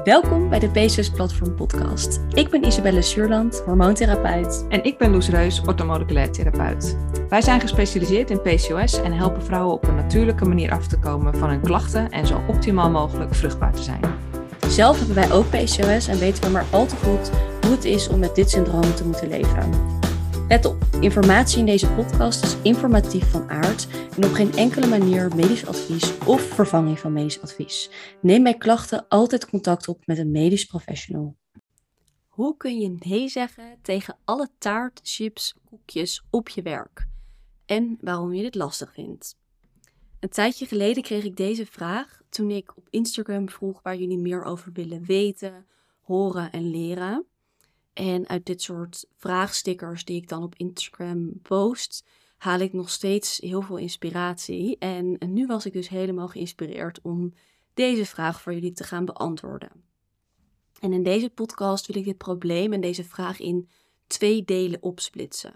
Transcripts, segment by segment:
Welkom bij de PCOS Platform podcast. Ik ben Isabelle Suurland, hormoontherapeut. En ik ben Loes Reus, orthomoleculair therapeut. Wij zijn gespecialiseerd in PCOS en helpen vrouwen op een natuurlijke manier af te komen van hun klachten en zo optimaal mogelijk vruchtbaar te zijn. Zelf hebben wij ook PCOS en weten we maar al te goed hoe het is om met dit syndroom te moeten leven. Let op, informatie in deze podcast is informatief van aard en op geen enkele manier medisch advies of vervanging van medisch advies. Neem bij klachten altijd contact op met een medisch professional. Hoe kun je nee zeggen tegen alle taart, chips, koekjes op je werk? En waarom je dit lastig vindt? Een tijdje geleden kreeg ik deze vraag toen ik op Instagram vroeg waar jullie meer over willen weten, horen en leren. En uit dit soort vraagstickers die ik dan op Instagram post, haal ik nog steeds heel veel inspiratie. En nu was ik dus helemaal geïnspireerd om deze vraag voor jullie te gaan beantwoorden. En in deze podcast wil ik dit probleem en deze vraag in 2 delen opsplitsen.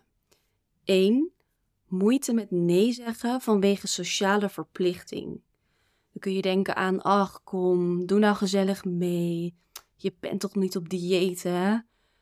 1. Moeite met nee zeggen vanwege sociale verplichting. Dan kun je denken aan, ach kom, doe nou gezellig mee. Je bent toch niet op dieet, hè?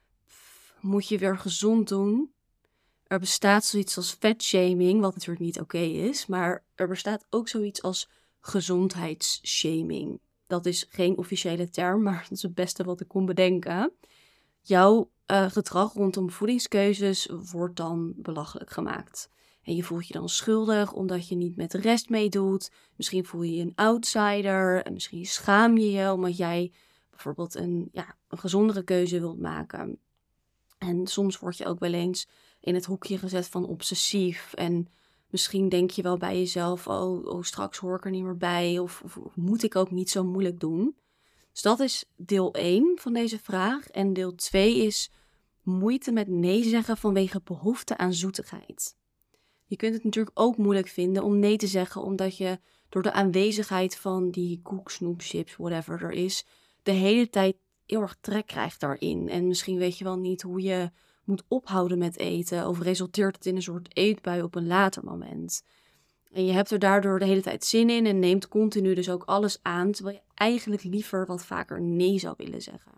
Moet je weer gezond doen? Er bestaat zoiets als fatshaming, wat natuurlijk niet oké is. Maar er bestaat ook zoiets als gezondheidsshaming. Dat is geen officiële term, maar dat is het beste wat ik kon bedenken. Jouw gedrag rondom voedingskeuzes wordt dan belachelijk gemaakt. En je voelt je dan schuldig omdat je niet met de rest meedoet. Misschien voel je je een outsider. En misschien schaam je je omdat jij bijvoorbeeld een gezondere keuze wilt maken. En soms word je ook wel eens in het hoekje gezet van obsessief. En misschien denk je wel bij jezelf, oh straks hoor ik er niet meer bij. Of moet ik ook niet zo moeilijk doen? Dus dat is deel 1 van deze vraag. En deel 2 is moeite met nee zeggen vanwege behoefte aan zoetigheid. Je kunt het natuurlijk ook moeilijk vinden om nee te zeggen, omdat je door de aanwezigheid van die koek, snoep, chips, whatever er is, de hele tijd heel erg trek krijgt daarin. En misschien weet je wel niet hoe je moet ophouden met eten, of resulteert het in een soort eetbui op een later moment. En je hebt er daardoor de hele tijd zin in en neemt continu dus ook alles aan, terwijl je eigenlijk liever wat vaker nee zou willen zeggen.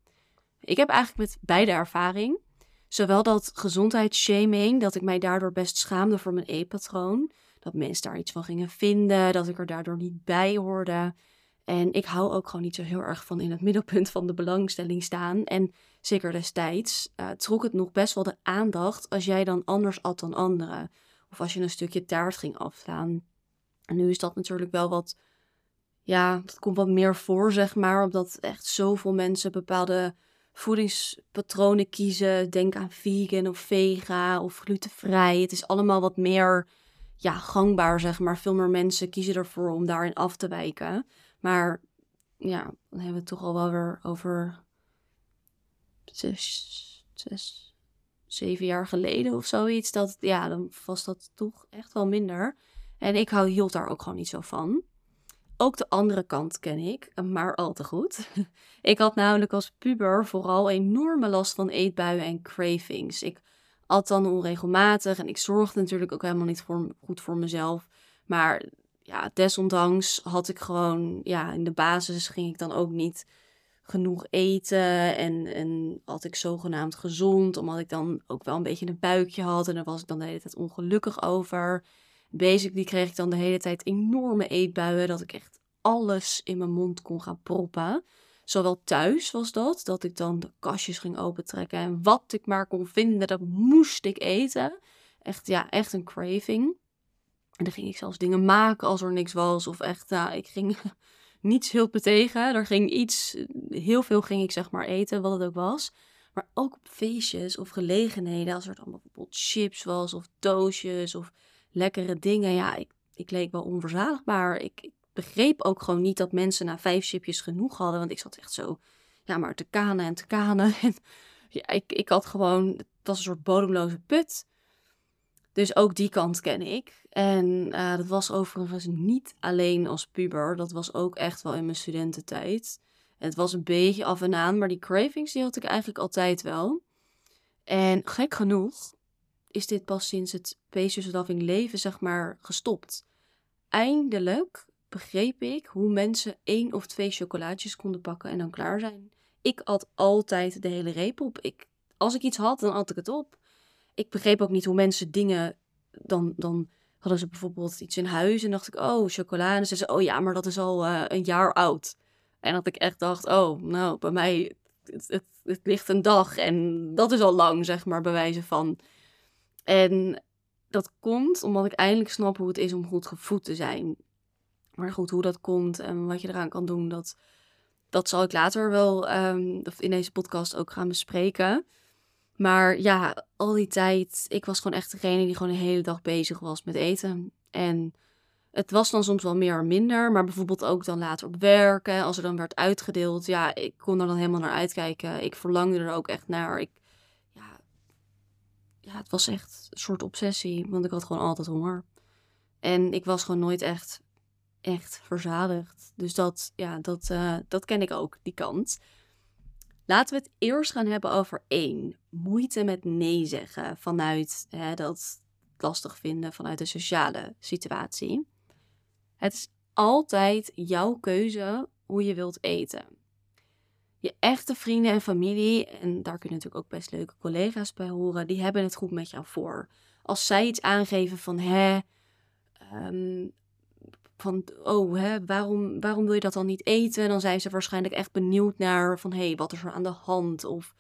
Ik heb eigenlijk met beide ervaring. Zowel dat gezondheidsshaming, dat ik mij daardoor best schaamde voor mijn eetpatroon. Dat mensen daar iets van gingen vinden, dat ik er daardoor niet bij hoorde. En ik hou ook gewoon niet zo heel erg van in het middelpunt van de belangstelling staan. En zeker destijds trok het nog best wel de aandacht als jij dan anders at dan anderen. Of als je een stukje taart ging afslaan. En nu is dat natuurlijk wel wat, dat komt wat meer voor, zeg maar. Omdat echt zoveel mensen bepaalde voedingspatronen kiezen. Denk aan vegan of vega of glutenvrij. Het is allemaal wat meer gangbaar, zeg maar. Veel meer mensen kiezen ervoor om daarin af te wijken. Maar dan hebben we het toch al wel weer over 6, 7 jaar geleden of zoiets. Dan was dat toch echt wel minder. En ik hield daar ook gewoon niet zo van. Ook de andere kant ken ik, maar al te goed. Ik had namelijk als puber vooral enorme last van eetbuien en cravings. Ik at dan onregelmatig en ik zorgde natuurlijk ook helemaal niet goed voor mezelf. Maar desondanks had ik gewoon, in de basis ging ik dan ook niet genoeg eten. En had ik zogenaamd gezond, omdat ik dan ook wel een beetje een buikje had. En daar was ik dan de hele tijd ongelukkig over. Basically kreeg ik dan de hele tijd enorme eetbuien, dat ik echt alles in mijn mond kon gaan proppen. Zowel thuis was dat ik dan de kastjes ging opentrekken en wat ik maar kon vinden, dat moest ik eten. Echt een craving. En dan ging ik zelfs dingen maken als er niks was. Of echt, ik ging niets hielp tegen. Er ging heel veel ging ik zeg maar eten, wat het ook was. Maar ook op feestjes of gelegenheden, als er dan bijvoorbeeld chips was of doosjes of lekkere dingen. Ik leek wel onverzadigbaar. Ik begreep ook gewoon niet dat mensen na 5 chipjes genoeg hadden. Want ik zat echt zo, maar te kanen en te kanen. En ik had gewoon, het was een soort bodemloze put. Dus ook die kant ken ik. En dat was overigens niet alleen als puber. Dat was ook echt wel in mijn studententijd. En het was een beetje af en aan. Maar die cravings die had ik eigenlijk altijd wel. En gek genoeg is dit pas sinds het PCOS-afdaling leven zeg maar gestopt. Eindelijk begreep ik hoe mensen 1 of 2 chocolaatjes konden pakken en dan klaar zijn. Ik at altijd de hele reep op. Als ik iets had, dan at ik het op. Ik begreep ook niet hoe mensen dingen... Dan hadden ze bijvoorbeeld iets in huis en dacht ik, oh, chocola. En dan zeiden ze, oh ja, maar dat is al een jaar oud. En dat ik echt dacht, oh, nou, bij mij, het ligt een dag en dat is al lang, zeg maar, bij wijze van. En dat komt omdat ik eindelijk snap hoe het is om goed gevoed te zijn. Maar goed, hoe dat komt en wat je eraan kan doen, dat zal ik later wel in deze podcast ook gaan bespreken. Maar ja, al die tijd, ik was gewoon echt degene die gewoon de hele dag bezig was met eten. En het was dan soms wel meer of minder, maar bijvoorbeeld ook dan later op werk. Hè, als er dan werd uitgedeeld, ja, ik kon er dan helemaal naar uitkijken. Ik verlangde er ook echt naar. Ja, het was echt een soort obsessie, want ik had gewoon altijd honger. En ik was gewoon nooit echt verzadigd. Dus dat ken ik ook, die kant. Laten we het eerst gaan hebben over 1. Moeite met nee zeggen vanuit dat lastig vinden vanuit de sociale situatie. Het is altijd jouw keuze hoe je wilt eten. Je echte vrienden en familie, en daar kunnen natuurlijk ook best leuke collega's bij horen, die hebben het goed met jou voor. Als zij iets aangeven van, waarom wil je dat dan niet eten? Dan zijn ze waarschijnlijk echt benieuwd naar van, wat is er aan de hand? Of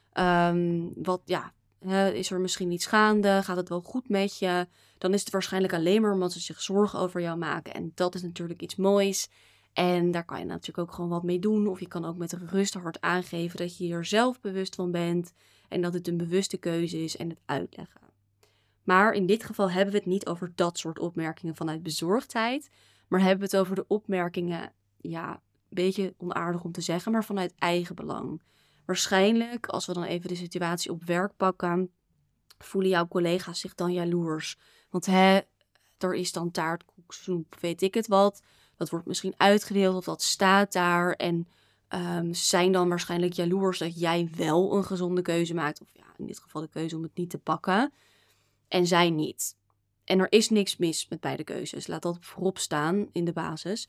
is er misschien iets gaande? Gaat het wel goed met je? Dan is het waarschijnlijk alleen maar omdat ze zich zorgen over jou maken. En dat is natuurlijk iets moois. En daar kan je natuurlijk ook gewoon wat mee doen. Of je kan ook met een gerust hart aangeven dat je er zelf bewust van bent. En dat het een bewuste keuze is en het uitleggen. Maar in dit geval hebben we het niet over dat soort opmerkingen vanuit bezorgdheid. Maar hebben we het over de opmerkingen, ja, een beetje onaardig om te zeggen, maar vanuit eigen belang. Waarschijnlijk, als we dan even de situatie op werk pakken, voelen jouw collega's zich dan jaloers. Want er is dan taart, koek, snoep, weet ik het wat. Dat wordt misschien uitgedeeld of dat staat daar. En ze zijn dan waarschijnlijk jaloers dat jij wel een gezonde keuze maakt. Of ja, in dit geval de keuze om het niet te pakken. En zij niet. En er is niks mis met beide keuzes. Laat dat voorop staan in de basis.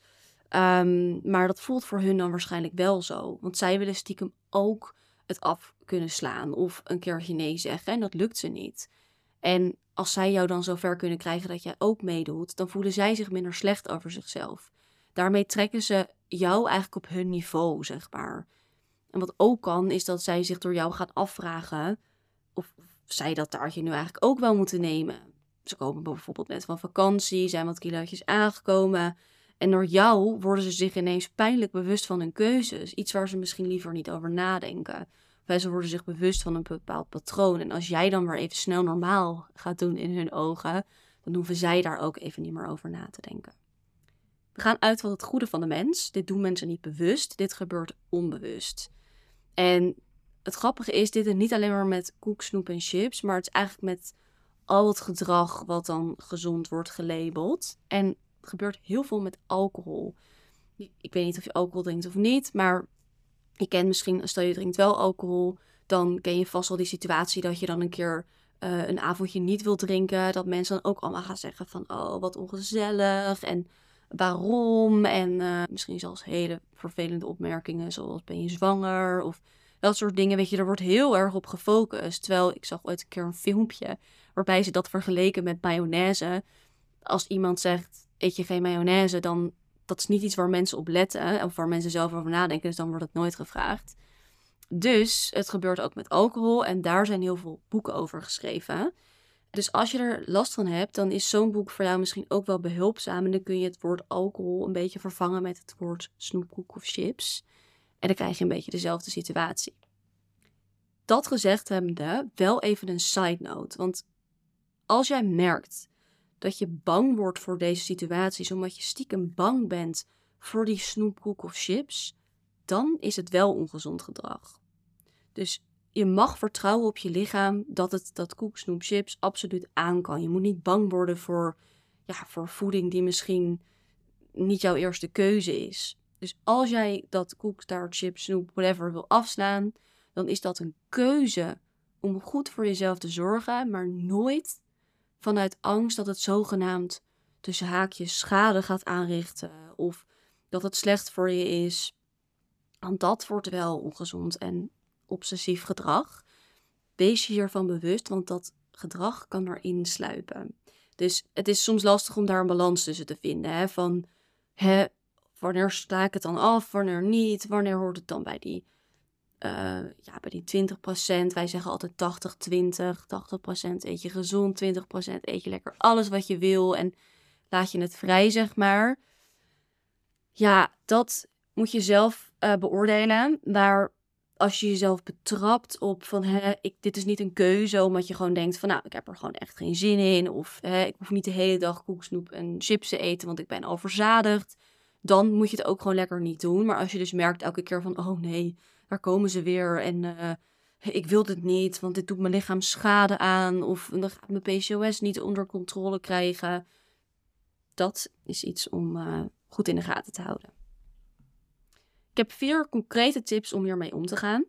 Maar dat voelt voor hun dan waarschijnlijk wel zo. Want zij willen stiekem ook het af kunnen slaan. Of een keertje nee zeggen. En dat lukt ze niet. En als zij jou dan zover kunnen krijgen dat jij ook meedoet, dan voelen zij zich minder slecht over zichzelf. Daarmee trekken ze jou eigenlijk op hun niveau, zeg maar. En wat ook kan, is dat zij zich door jou gaan afvragen of zij dat taartje nu eigenlijk ook wel moeten nemen. Ze komen bijvoorbeeld net van vakantie, zijn wat kilootjes aangekomen. En door jou worden ze zich ineens pijnlijk bewust van hun keuzes. Iets waar ze misschien liever niet over nadenken. Of ze worden zich bewust van een bepaald patroon. En als jij dan weer even snel normaal gaat doen in hun ogen, dan hoeven zij daar ook even niet meer over na te denken. We gaan uit van het goede van de mens. Dit doen mensen niet bewust. Dit gebeurt onbewust. En het grappige is, dit is niet alleen maar met koek, snoep en chips, maar het is eigenlijk met al het gedrag wat dan gezond wordt gelabeld. En het gebeurt heel veel met alcohol. Ik weet niet of je alcohol drinkt of niet, maar je kent misschien, stel je drinkt wel alcohol, dan ken je vast wel die situatie dat je dan een keer een avondje niet wilt drinken. Dat mensen dan ook allemaal gaan zeggen van, oh, wat ongezellig en waarom. En misschien zelfs hele vervelende opmerkingen zoals, ben je zwanger? Of dat soort dingen, weet je, er wordt heel erg op gefocust. Terwijl ik zag ooit een keer een filmpje waarbij ze dat vergeleken met mayonaise. Als iemand zegt, eet je geen mayonaise, dan dat is niet iets waar mensen op letten of waar mensen zelf over nadenken, dus dan wordt het nooit gevraagd. Dus het gebeurt ook met alcohol en daar zijn heel veel boeken over geschreven. Dus als je er last van hebt, dan is zo'n boek voor jou misschien ook wel behulpzaam. En dan kun je het woord alcohol een beetje vervangen met het woord snoepkoek of chips. En dan krijg je een beetje dezelfde situatie. Dat gezegd hebbende, wel even een side note. Want als jij merkt dat je bang wordt voor deze situaties, omdat je stiekem bang bent voor die snoepkoek of chips, dan is het wel ongezond gedrag. Dus je mag vertrouwen op je lichaam dat koek, snoep, chips absoluut aan kan. Je moet niet bang worden voor voeding die misschien niet jouw eerste keuze is. Dus als jij dat koek, taart, chips, snoep, whatever wil afslaan, dan is dat een keuze om goed voor jezelf te zorgen, maar nooit vanuit angst dat het zogenaamd tussen haakjes schade gaat aanrichten of dat het slecht voor je is. Want dat wordt wel ongezond en obsessief gedrag. Wees je hiervan bewust, want dat gedrag kan erin sluipen. Dus het is soms lastig om daar een balans tussen te vinden. Hè? Van, wanneer sla ik het dan af, wanneer niet? Wanneer hoort het dan bij die, bij die 20%? Wij zeggen altijd 80-20. 80% eet je gezond, 20% eet je lekker alles wat je wil. En laat je het vrij, zeg maar. Ja, dat moet je zelf beoordelen. Maar als je jezelf betrapt op van, dit is niet een keuze, omdat je gewoon denkt van, nou, ik heb er gewoon echt geen zin in. Of ik hoef niet de hele dag koeksnoep en chips te eten, want ik ben al verzadigd. Dan moet je het ook gewoon lekker niet doen. Maar als je dus merkt elke keer van, oh nee, daar komen ze weer. En ik wil dit niet, want dit doet mijn lichaam schade aan. Of dan gaat mijn PCOS niet onder controle krijgen. Dat is iets om goed in de gaten te houden. Ik heb 4 concrete tips om hiermee om te gaan.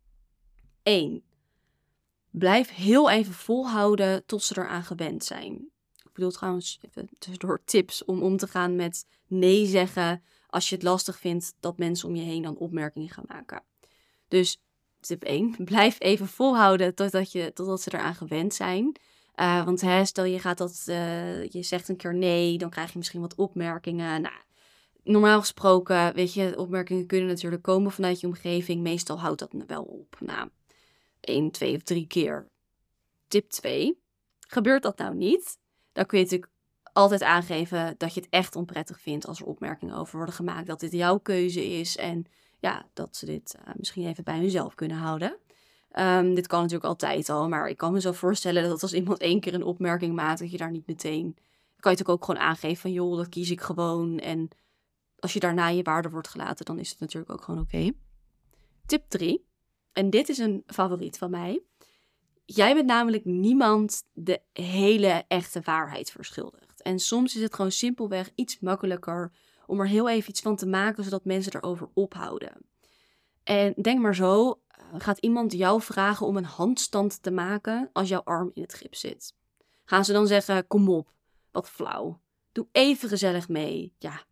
1. Blijf heel even volhouden tot ze eraan gewend zijn. Ik bedoel trouwens even tussendoor tips om te gaan met nee zeggen als je het lastig vindt dat mensen om je heen dan opmerkingen gaan maken. Dus tip 1. Blijf even volhouden totdat ze eraan gewend zijn. Want stel je zegt een keer nee, dan krijg je misschien wat opmerkingen. Nou, normaal gesproken, weet je, opmerkingen kunnen natuurlijk komen vanuit je omgeving. Meestal houdt dat wel op na 1, 2 of 3 keer. Tip 2. Gebeurt dat nou niet? Dan kun je natuurlijk altijd aangeven dat je het echt onprettig vindt als er opmerkingen over worden gemaakt. Dat dit jouw keuze is en ja, dat ze dit misschien even bij hunzelf kunnen houden. Dit kan natuurlijk altijd al, maar ik kan me zo voorstellen dat als iemand 1 keer een opmerking maakt, dat je daar niet meteen... Dan kan je natuurlijk ook gewoon aangeven van, joh, dat kies ik gewoon. En als je daarna je waarde wordt gelaten, dan is het natuurlijk ook gewoon oké. Tip 3. En dit is een favoriet van mij. Jij bent namelijk niemand de hele echte waarheid verschuldigd. En soms is het gewoon simpelweg iets makkelijker om er heel even iets van te maken, zodat mensen erover ophouden. En denk maar zo, gaat iemand jou vragen om een handstand te maken als jouw arm in het gips zit? Gaan ze dan zeggen, kom op, wat flauw. Doe even gezellig mee. Ja,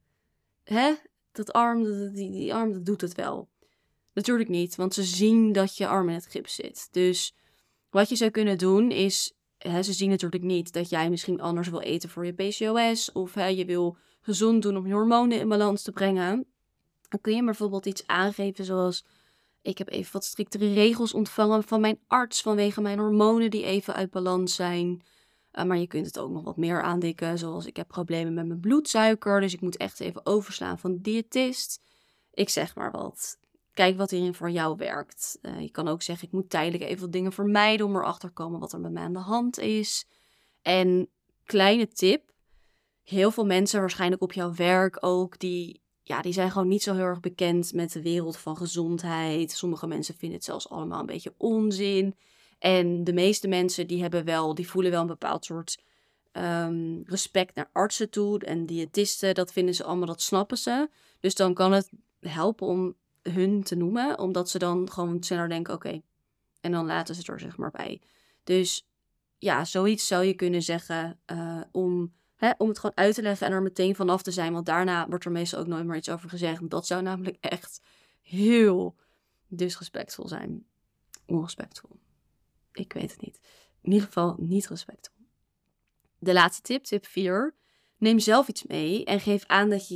die arm, dat doet het wel. Natuurlijk niet, want ze zien dat je arm in het gips zit. Dus wat je zou kunnen doen is, ze zien natuurlijk niet dat jij misschien anders wil eten voor je PCOS. Of je wil gezond doen om je hormonen in balans te brengen. Dan kun je bijvoorbeeld iets aangeven zoals, ik heb even wat striktere regels ontvangen van mijn arts vanwege mijn hormonen die even uit balans zijn. Maar je kunt het ook nog wat meer aandikken, zoals ik heb problemen met mijn bloedsuiker, dus ik moet echt even overslaan van de diëtist. Ik zeg maar wat. Kijk wat hierin voor jou werkt. Je kan ook zeggen, ik moet tijdelijk even wat dingen vermijden om erachter te komen wat er met mij aan de hand is. En kleine tip, heel veel mensen waarschijnlijk op jouw werk ook, die zijn gewoon niet zo heel erg bekend met de wereld van gezondheid. Sommige mensen vinden het zelfs allemaal een beetje onzin. En de meeste mensen die voelen wel een bepaald soort respect naar artsen toe. En diëtisten, dat vinden ze allemaal, dat snappen ze. Dus dan kan het helpen om hun te noemen, omdat ze dan gewoon sneller denken, oké. En dan laten ze het er zeg maar bij. Dus ja, zoiets zou je kunnen zeggen om het gewoon uit te leggen en er meteen vanaf te zijn. Want daarna wordt er meestal ook nooit meer iets over gezegd. Want dat zou namelijk echt heel disrespectvol zijn. Onrespectvol. Ik weet het niet. In ieder geval niet respectvol. De laatste tip 4. Neem zelf iets mee en geef aan dat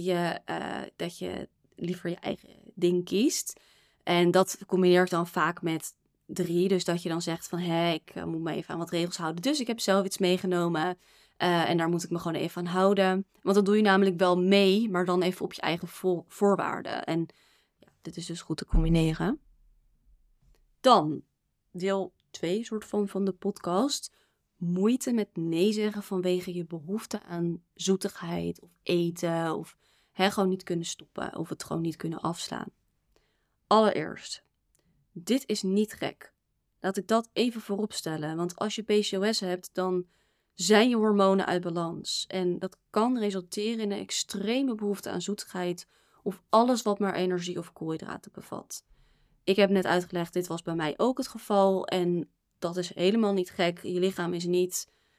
je liever je eigen ding kiest. En dat combineer ik dan vaak met 3. Dus dat je dan zegt van, ik moet me even aan wat regels houden. Dus ik heb zelf iets meegenomen. En daar moet ik me gewoon even aan houden. Want dan doe je namelijk wel mee, maar dan even op je eigen voorwaarden. En ja, dit is dus goed te combineren. Dan deel 2 soort van de podcast. Moeite met nee zeggen vanwege je behoefte aan zoetigheid of eten. Of gewoon niet kunnen stoppen of het gewoon niet kunnen afslaan. Allereerst, dit is niet gek. Laat ik dat even voorop stellen. Want als je PCOS hebt, dan zijn je hormonen uit balans. En dat kan resulteren in een extreme behoefte aan zoetigheid of alles wat maar energie of koolhydraten bevat. Ik heb net uitgelegd, dit was bij mij ook het geval en dat is helemaal niet gek. Je lichaam is niet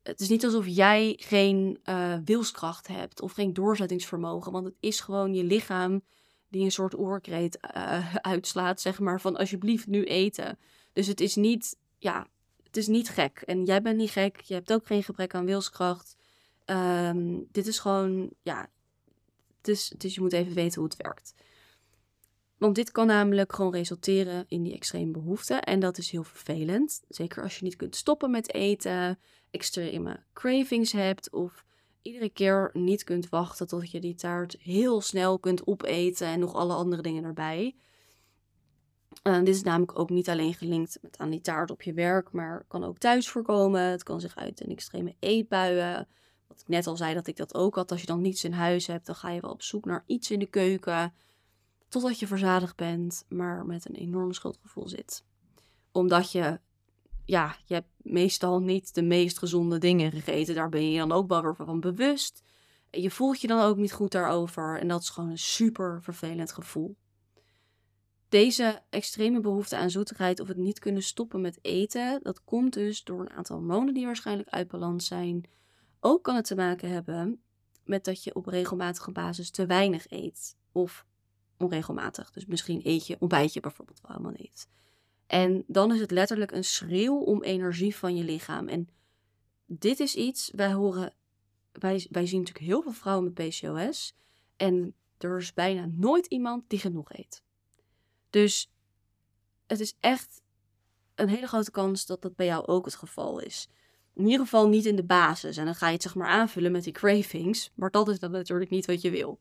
het is niet alsof jij geen wilskracht hebt of geen doorzettingsvermogen. Want het is gewoon je lichaam die een soort oorkreet uitslaat, zeg maar, van alsjeblieft nu eten. Dus het is niet, het is niet gek. En jij bent niet gek, je hebt ook geen gebrek aan wilskracht. Dit is gewoon, je moet even weten hoe het werkt. Want dit kan namelijk gewoon resulteren in die extreme behoefte. En dat is heel vervelend. Zeker als je niet kunt stoppen met eten, extreme cravings hebt of iedere keer niet kunt wachten tot je die taart heel snel kunt opeten en nog alle andere dingen erbij. Dit is namelijk ook niet alleen gelinkt met aan die taart op je werk, maar kan ook thuis voorkomen. Het kan zich uiten in extreme eetbuien. Wat ik net al zei dat ik dat ook had. Als je dan niets in huis hebt, dan ga je wel op zoek naar iets in de keuken. Totdat je verzadigd bent, maar met een enorm schuldgevoel zit. Omdat je hebt meestal niet de meest gezonde dingen gegeten. Daar ben je dan ook wel weer van bewust. En je voelt je dan ook niet goed daarover. En dat is gewoon een super vervelend gevoel. Deze extreme behoefte aan zoetigheid of het niet kunnen stoppen met eten, dat komt dus door een aantal hormonen die waarschijnlijk uit balans zijn. Ook kan het te maken hebben met dat je op regelmatige basis te weinig eet. Of onregelmatig. Dus misschien ontbijt je bijvoorbeeld wel helemaal niet. En dan is het letterlijk een schreeuw om energie van je lichaam. En dit is iets, wij zien natuurlijk heel veel vrouwen met PCOS. En er is bijna nooit iemand die genoeg eet. Dus het is echt een hele grote kans dat dat bij jou ook het geval is. In ieder geval niet in de basis. En dan ga je het zeg maar aanvullen met die cravings. Maar dat is dan natuurlijk niet wat je wil.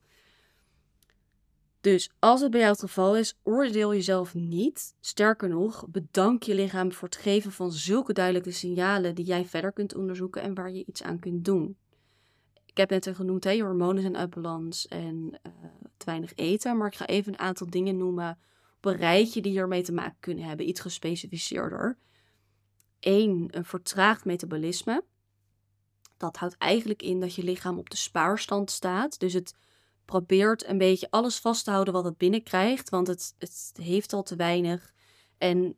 Dus als het bij jou het geval is, oordeel jezelf niet. Sterker nog, bedank je lichaam voor het geven van zulke duidelijke signalen die jij verder kunt onderzoeken en waar je iets aan kunt doen. Ik heb net al genoemd, je hormonen zijn uit balans en te weinig eten. Maar ik ga even een aantal dingen noemen op een rijtje die hiermee te maken kunnen hebben. Iets gespecificeerder. 1. Een vertraagd metabolisme. Dat houdt eigenlijk in dat je lichaam op de spaarstand staat. Dus het probeert een beetje alles vast te houden wat het binnenkrijgt. Want het heeft al te weinig. En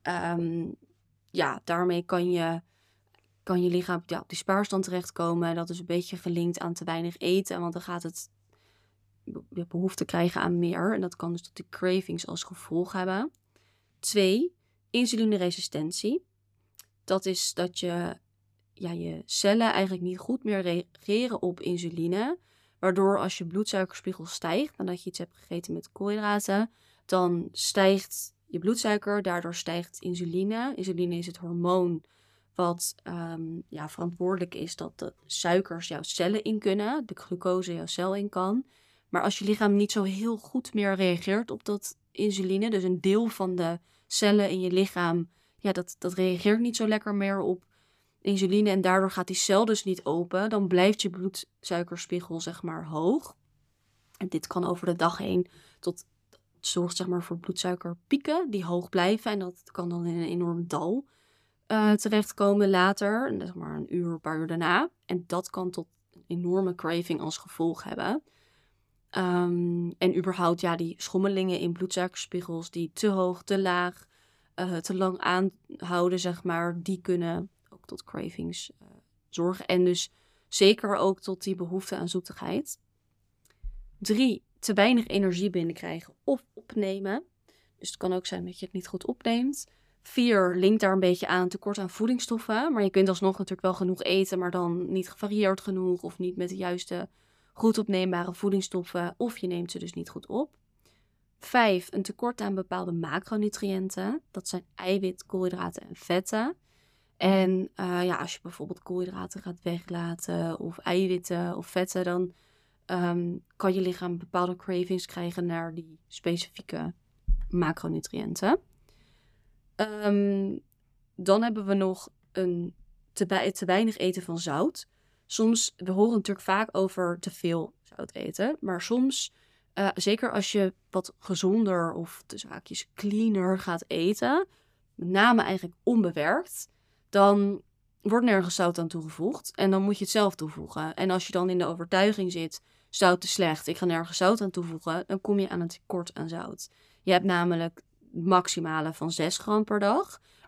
daarmee kan je lichaam op die spaarstand terechtkomen. Dat is een beetje gelinkt aan te weinig eten. Want dan gaat het behoefte krijgen aan meer. En dat kan dus tot die cravings als gevolg hebben. 2. Insulineresistentie. Dat is dat je cellen eigenlijk niet goed meer reageren op insuline. Waardoor als je bloedsuikerspiegel stijgt, nadat je iets hebt gegeten met koolhydraten, dan stijgt je bloedsuiker, daardoor stijgt insuline. Insuline is het hormoon wat verantwoordelijk is dat de suikers jouw cellen in kunnen, de glucose jouw cel in kan. Maar als je lichaam niet zo heel goed meer reageert op dat insuline, dus een deel van de cellen in je lichaam, dat reageert niet zo lekker meer op insuline en daardoor gaat die cel dus niet open, dan blijft je bloedsuikerspiegel zeg maar hoog. En dit kan over de dag heen zorgt zeg maar voor bloedsuikerpieken die hoog blijven en dat kan dan in een enorm dal terechtkomen later, zeg maar een paar uur daarna. En dat kan tot een enorme craving als gevolg hebben. En überhaupt die schommelingen in bloedsuikerspiegels die te hoog, te laag, te lang aanhouden, zeg maar, die kunnen ook tot cravings zorgen. En dus zeker ook tot die behoefte aan zoetigheid. 3. Te weinig energie binnenkrijgen of opnemen. Dus het kan ook zijn dat je het niet goed opneemt. 4. Linkt daar een beetje aan tekort aan voedingsstoffen. Maar je kunt alsnog natuurlijk wel genoeg eten, maar dan niet gevarieerd genoeg of niet met de juiste goed opneembare voedingsstoffen. Of je neemt ze dus niet goed op. 5. Een tekort aan bepaalde macronutriënten. Dat zijn eiwit, koolhydraten en vetten. En als je bijvoorbeeld koolhydraten gaat weglaten of eiwitten of vetten, dan kan je lichaam bepaalde cravings krijgen naar die specifieke macronutriënten. Dan hebben we nog een te weinig eten van zout. Soms, we horen natuurlijk vaak over te veel zout eten, maar soms, zeker als je wat gezonder of tussen haakjes cleaner gaat eten, met name eigenlijk onbewerkt, dan wordt nergens zout aan toegevoegd en dan moet je het zelf toevoegen. En als je dan in de overtuiging zit, zout is slecht, ik ga nergens zout aan toevoegen, dan kom je aan een tekort aan zout. Je hebt namelijk maximale van 6 gram per dag,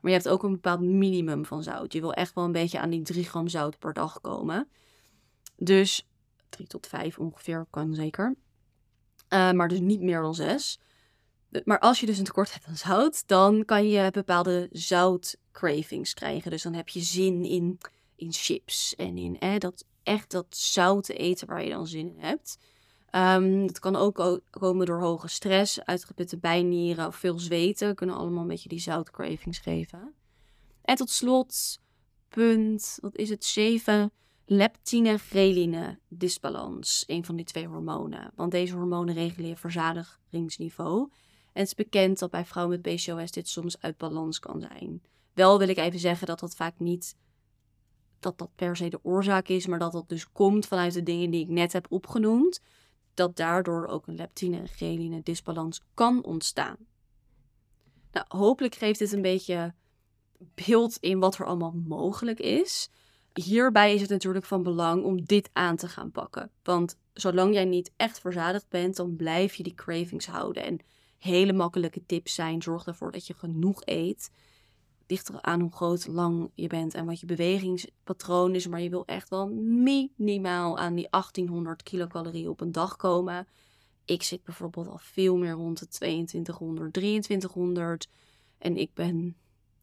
Maar je hebt ook een bepaald minimum van zout. Je wil echt wel een beetje aan die 3 gram zout per dag komen. Dus 3 tot 5 ongeveer kan zeker. Maar dus niet meer dan 6. Maar als je dus een tekort hebt aan zout, dan kan je bepaalde zoutcravings krijgen. Dus dan heb je zin in chips en in dat zoute eten waar je dan zin in hebt. Dat kan ook komen door hoge stress, uitgeputte bijnieren of veel zweten. Kunnen allemaal een beetje die zoutcravings geven. En tot slot, punt, 7, leptine-ghreline disbalans. Een van die 2 hormonen. Want deze hormonen reguleren verzadigingsniveau. En het is bekend dat bij vrouwen met PCOS dit soms uit balans kan zijn. Wel wil ik even zeggen dat dat vaak niet dat per se de oorzaak is, maar dat dat dus komt vanuit de dingen die ik net heb opgenoemd. Dat daardoor ook een leptine- en ghreline disbalans kan ontstaan. Nou, hopelijk geeft dit een beetje beeld in wat er allemaal mogelijk is. Hierbij is het natuurlijk van belang om dit aan te gaan pakken. Want zolang jij niet echt verzadigd bent, dan blijf je die cravings houden. En hele makkelijke tips zijn: zorg ervoor dat je genoeg eet. Ligt eraan hoe groot, lang je bent en wat je bewegingspatroon is. Maar je wil echt wel minimaal aan die 1800 kilocalorieën op een dag komen. Ik zit bijvoorbeeld al veel meer rond de 2200, 2300. En ik ben,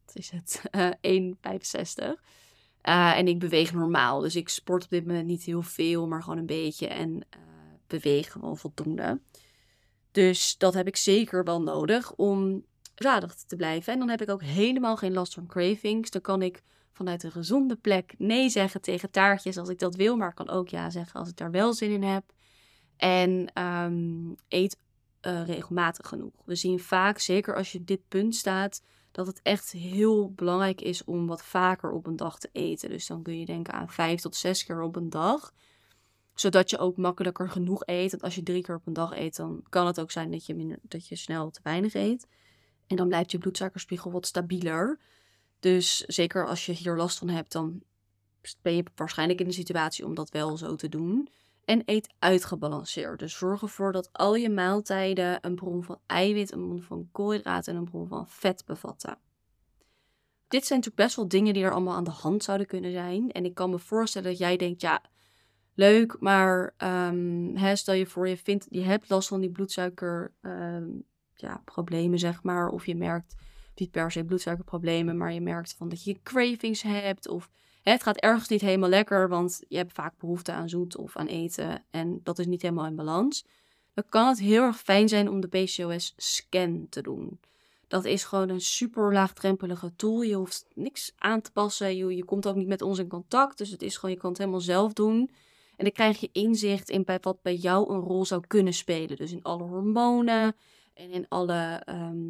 1,65. En ik beweeg normaal. Dus ik sport op dit moment niet heel veel, maar gewoon een beetje. En beweeg gewoon voldoende. Dus dat heb ik zeker wel nodig om verzadigd te blijven. En dan heb ik ook helemaal geen last van cravings. Dan kan ik vanuit een gezonde plek nee zeggen tegen taartjes als ik dat wil. Maar ik kan ook ja zeggen als ik daar wel zin in heb. En eet regelmatig genoeg. We zien vaak, zeker als je op dit punt staat, dat het echt heel belangrijk is om wat vaker op een dag te eten. Dus dan kun je denken aan 5 tot 6 keer op een dag. Zodat je ook makkelijker genoeg eet. Want als je 3 keer op een dag eet, dan kan het ook zijn dat je snel te weinig eet. En dan blijft je bloedsuikerspiegel wat stabieler. Dus zeker als je hier last van hebt, dan ben je waarschijnlijk in de situatie om dat wel zo te doen. En eet uitgebalanceerd. Dus zorg ervoor dat al je maaltijden een bron van eiwit, een bron van koolhydraten en een bron van vet bevatten. Dit zijn natuurlijk best wel dingen die er allemaal aan de hand zouden kunnen zijn. En ik kan me voorstellen dat jij denkt, ja, leuk, maar stel je voor, je hebt last van die bloedsuiker problemen, zeg maar. Of je merkt, niet per se bloedsuikerproblemen, maar je merkt van dat je cravings hebt. Of het gaat ergens niet helemaal lekker, want je hebt vaak behoefte aan zoet of aan eten. En dat is niet helemaal in balans. Dan kan het heel erg fijn zijn om de PCOS-scan te doen. Dat is gewoon een super laagdrempelige tool. Je hoeft niks aan te passen. Je komt ook niet met ons in contact. Dus het is gewoon, je kan het helemaal zelf doen. En dan krijg je inzicht in wat bij jou een rol zou kunnen spelen. Dus in alle hormonen en in alle,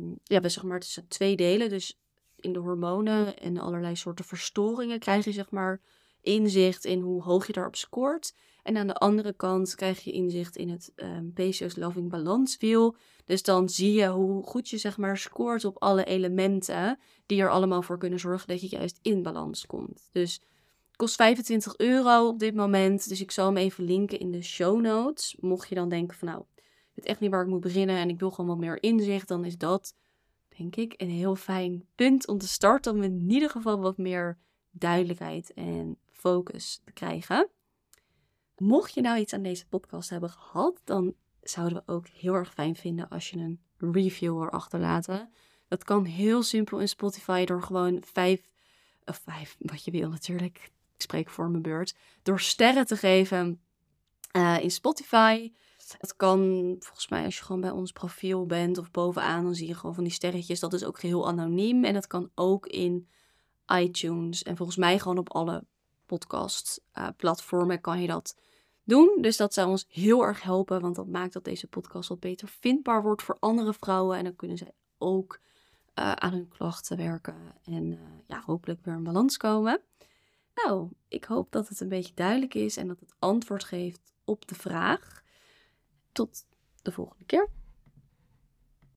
het zijn 2 delen. Dus in de hormonen en allerlei soorten verstoringen krijg je zeg maar inzicht in hoe hoog je daarop scoort. En aan de andere kant krijg je inzicht in het PCOS Loving Balance Wheel. Dus dan zie je hoe goed je zeg maar scoort op alle elementen die er allemaal voor kunnen zorgen dat je juist in balans komt. Dus het kost €25 op dit moment. Dus ik zal hem even linken in de show notes. Mocht je dan denken van nou, ik weet echt niet waar ik moet beginnen en ik wil gewoon wat meer inzicht, dan is dat, denk ik, een heel fijn punt om te starten. Om in ieder geval wat meer duidelijkheid en focus te krijgen. Mocht je nou iets aan deze podcast hebben gehad, dan zouden we ook heel erg fijn vinden als je een review wil achterlaten. Dat kan heel simpel in Spotify door gewoon 5, wat je wil natuurlijk, ik spreek voor mijn beurt, door sterren te geven in Spotify. Het kan volgens mij als je gewoon bij ons profiel bent of bovenaan, dan zie je gewoon van die sterretjes. Dat is ook geheel anoniem en dat kan ook in iTunes en volgens mij gewoon op alle podcast platformen kan je dat doen. Dus dat zou ons heel erg helpen, want dat maakt dat deze podcast wat beter vindbaar wordt voor andere vrouwen. En dan kunnen zij ook aan hun klachten werken en hopelijk weer in balans komen. Nou, ik hoop dat het een beetje duidelijk is en dat het antwoord geeft op de vraag. Tot de volgende keer.